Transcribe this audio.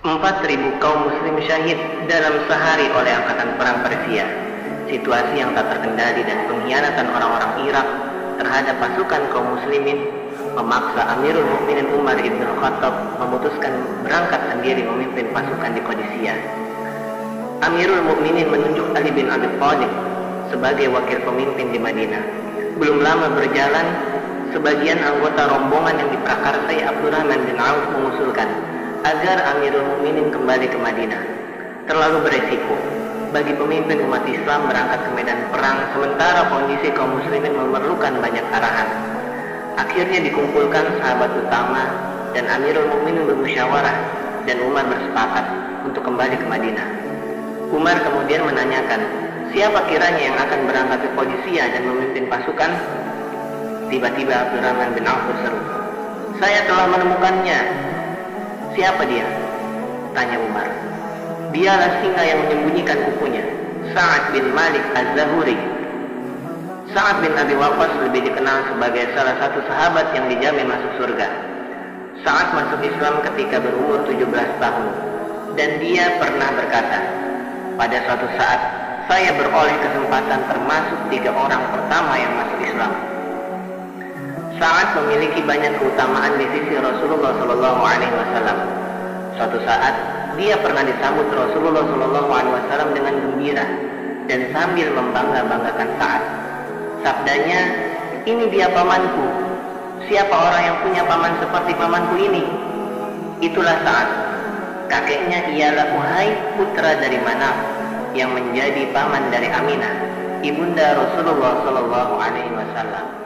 4.000 kaum muslim syahid dalam sehari oleh angkatan perang Persia. Situasi yang tak terkendali dan pengkhianatan orang-orang Irak terhadap pasukan kaum muslimin memaksa Amirul Mukminin Umar ibn Khattab memutuskan berangkat sendiri memimpin pasukan di Qadisiyah. Amirul Mukminin menunjuk Ali bin Abi Thalib sebagai wakil pemimpin di Madinah. Belum lama berjalan, sebagian anggota rombongan yang diprakarsai Abdurrahman bin Auf mengusulkan agar Amirul Mukminin kembali ke Madinah. Terlalu beresiko bagi pemimpin umat Islam berangkat ke medan perang sementara kondisi kaum muslimin memerlukan banyak arahan. Akhirnya dikumpulkan sahabat utama dan Amirul Mukminin bermusyawarah dan Umar bersepakat untuk kembali ke Madinah. Umar kemudian menanyakan, siapa kiranya yang akan berangkat ke Qadisiyah dan memimpin pasukan? Tiba-tiba Abdurrahman bin Auf berseru, "Saya telah menemukannya." "Siapa dia?" tanya Umar. "Dialah singa yang menyembunyikan kukunya, Sa'ad bin Malik Az-Zahuri." Sa'ad bin Abi Waqqas lebih dikenal sebagai salah satu sahabat yang dijamin masuk surga. Sa'ad masuk Islam ketika berumur 17 tahun, dan dia pernah berkata, "Pada suatu saat, saya beroleh kesempatan termasuk 3 orang pertama yang masuk Islam." Sa'ad memiliki banyak keutamaan di sisi Rasulullah SAW. Suatu saat, dia pernah disambut Rasulullah SAW dengan gembira dan sambil membangga-banggakan Sa'ad. Sabdanya, "Ini dia pamanku. Siapa orang yang punya paman seperti pamanku ini?" Itulah Sa'ad. Kakeknya ialah Uhaib putra dari Manaf yang menjadi paman dari Aminah, ibunda Rasulullah SAW.